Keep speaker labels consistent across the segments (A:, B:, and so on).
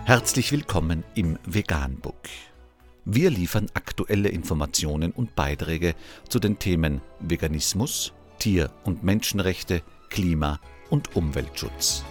A: Herzlich willkommen im Veganbook. Wir liefern aktuelle Informationen und Beiträge zu den Themen Veganismus, Tier- und Menschenrechte, Klima- und Umweltschutz.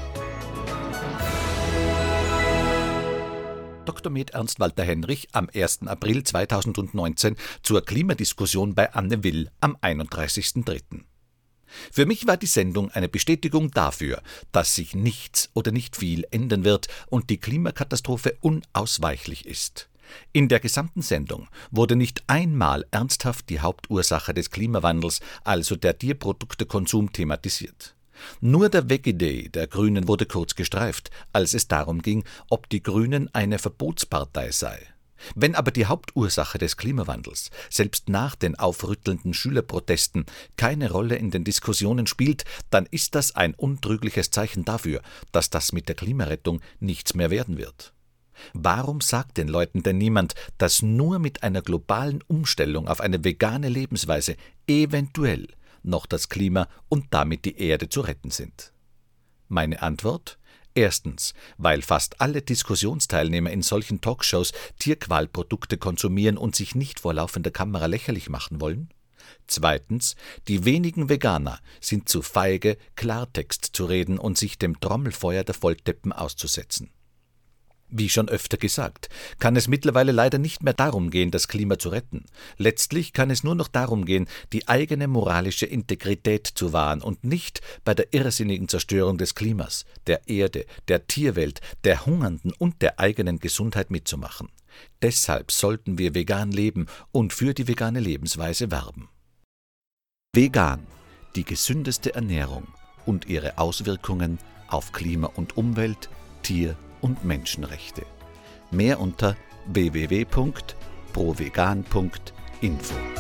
A: Dr. Med. Ernst Walter Henrich am 1. April 2019 zur Klimadiskussion bei Anne Will am 31.03. Für mich war die Sendung eine Bestätigung dafür, dass sich nichts oder nicht viel ändern wird und die Klimakatastrophe unausweichlich ist. In der gesamten Sendung wurde nicht einmal ernsthaft die Hauptursache des Klimawandels, also der Tierproduktekonsum, thematisiert. Nur der Veggie Day der Grünen wurde kurz gestreift, als es darum ging, ob die Grünen eine Verbotspartei sei. Wenn aber die Hauptursache des Klimawandels, selbst nach den aufrüttelnden Schülerprotesten, keine Rolle in den Diskussionen spielt, dann ist das ein untrügliches Zeichen dafür, dass das mit der Klimarettung nichts mehr werden wird. Warum sagt den Leuten denn niemand, dass nur mit einer globalen Umstellung auf eine vegane Lebensweise eventuell noch das Klima und damit die Erde zu retten sind? Meine Antwort? Erstens, weil fast alle Diskussionsteilnehmer in solchen Talkshows Tierqualprodukte konsumieren und sich nicht vor laufender Kamera lächerlich machen wollen. Zweitens, die wenigen Veganer sind zu feige, Klartext zu reden und sich dem Trommelfeuer der Volldeppen auszusetzen. Wie schon öfter gesagt, kann es mittlerweile leider nicht mehr darum gehen, das Klima zu retten. Letztlich kann es nur noch darum gehen, die eigene moralische Integrität zu wahren und nicht bei der irrsinnigen Zerstörung des Klimas, der Erde, der Tierwelt, der Hungernden und der eigenen Gesundheit mitzumachen. Deshalb sollten wir vegan leben und für die vegane Lebensweise werben. Vegan, die gesündeste Ernährung und ihre Auswirkungen auf Klima und Umwelt, Tier- und Menschenrechte. Mehr unter www.provegan.info.